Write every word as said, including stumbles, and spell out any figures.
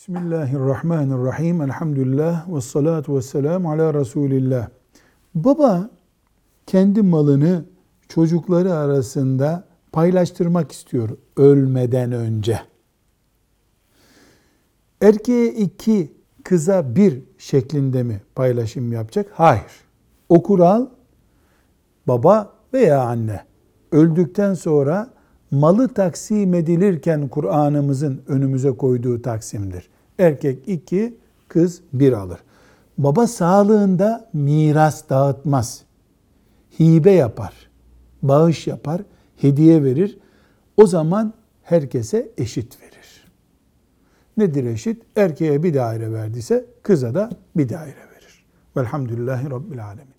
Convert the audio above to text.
Bismillahirrahmanirrahim. Elhamdülillah ve salatu ve selamu ala Resulillah. Baba kendi malını çocukları arasında paylaştırmak istiyor ölmeden önce. Erkeğe iki, kıza bir şeklinde mi paylaşım yapacak? Hayır. O kural baba veya anne öldükten sonra malı taksim edilirken Kur'an'ımızın önümüze koyduğu taksimdir. Erkek iki, kız bir alır. Baba sağlığında miras dağıtmaz. Hibe yapar, bağış yapar, hediye verir. O zaman herkese eşit verir. Nedir eşit? Erkeğe bir daire verdiyse kıza da bir daire verir. Velhamdülillahi Rabbil Alemin.